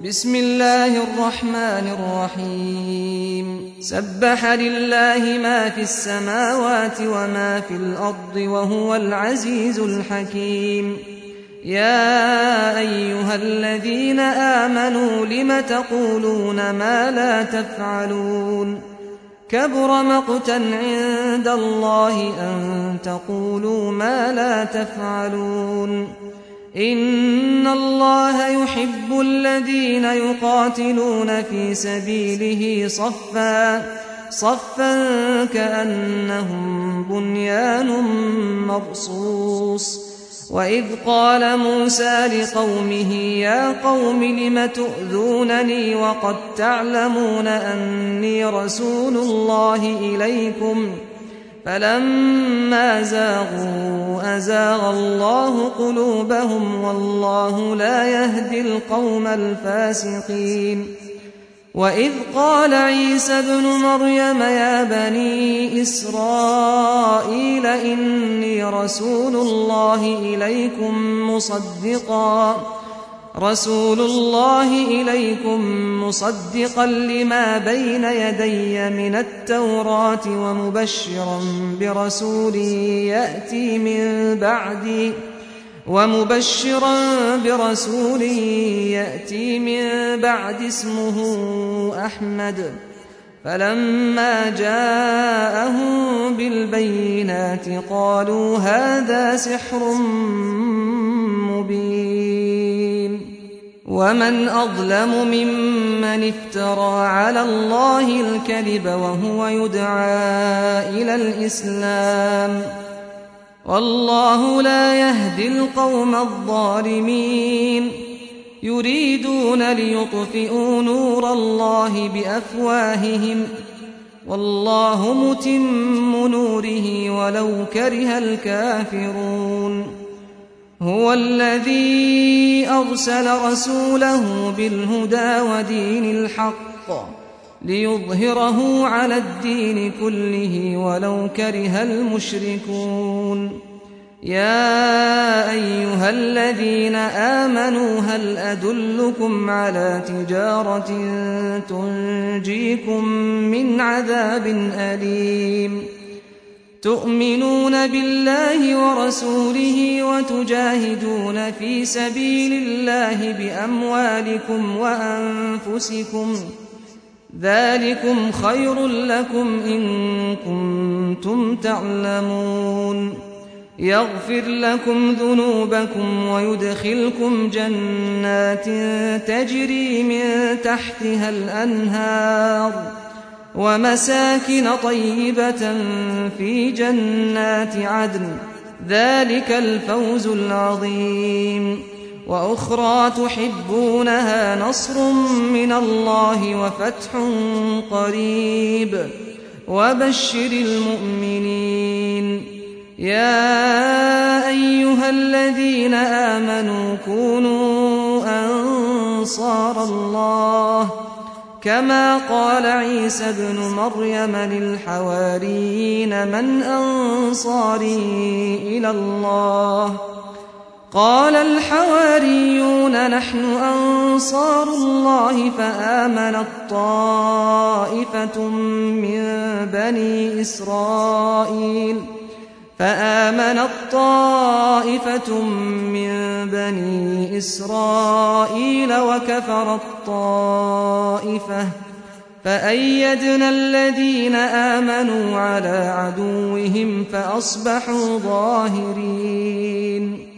بسم الله الرحمن الرحيم سبح لله ما في السماوات وما في الأرض وهو العزيز الحكيم يا أيها الذين آمنوا لم تقولون ما لا تفعلون كبر مقتا عند الله أن تقولوا ما لا تفعلون إن الله يحب الذين يقاتلون في سبيله صفا كأنهم بنيان مرصوص وإذ قال موسى لقومه يا قوم لم تؤذونني وقد تعلمون أني رسول الله إليكم فلما زاغوا أزاغ الله قلوبهم والله لا يهدي القوم الفاسقين وإذ قال عيسى ابن مريم يا بني إسرائيل إني رسول الله إليكم مصدقا لما بين يدي من التوراة ومبشرا برسول يأتي من بعد اسمه أحمد فلما جاءهم بالبينات قالوا هذا سحر مبين ومن أظلم ممن افترى على الله الكذب وهو يدعى إلى الإسلام والله لا يهدي القوم الظالمين يريدون ليطفئوا نور الله بأفواههم والله متم نوره ولو كره الكافرون هو الذي أرسل رسوله بالهدى ودين الحق ليظهره على الدين كله ولو كره المشركون يا أيها الذين آمنوا هل أدلكم على تجارة تنجيكم من عذاب أليم تؤمنون بالله ورسوله وتجاهدون في سبيل الله بأموالكم وأنفسكم ذلكم خير لكم إن كنتم تعلمون يغفر لكم ذنوبكم ويدخلكم جنات تجري من تحتها الأنهار ومساكن طيبة في جنات عدن ذلك الفوز العظيم وأخرى تحبونها نصر من الله وفتح قريب وبشر المؤمنين يا أيها الذين آمنوا كونوا أنصار الله كما قال عيسى ابن مريم للحواريين من أنصاري إلى الله قال الحواريون نحن أنصار الله فآمنت طائفة من بني إسرائيل وكفرت طائفة فأيدنا الذين آمنوا على عدوهم فأصبحوا ظاهرين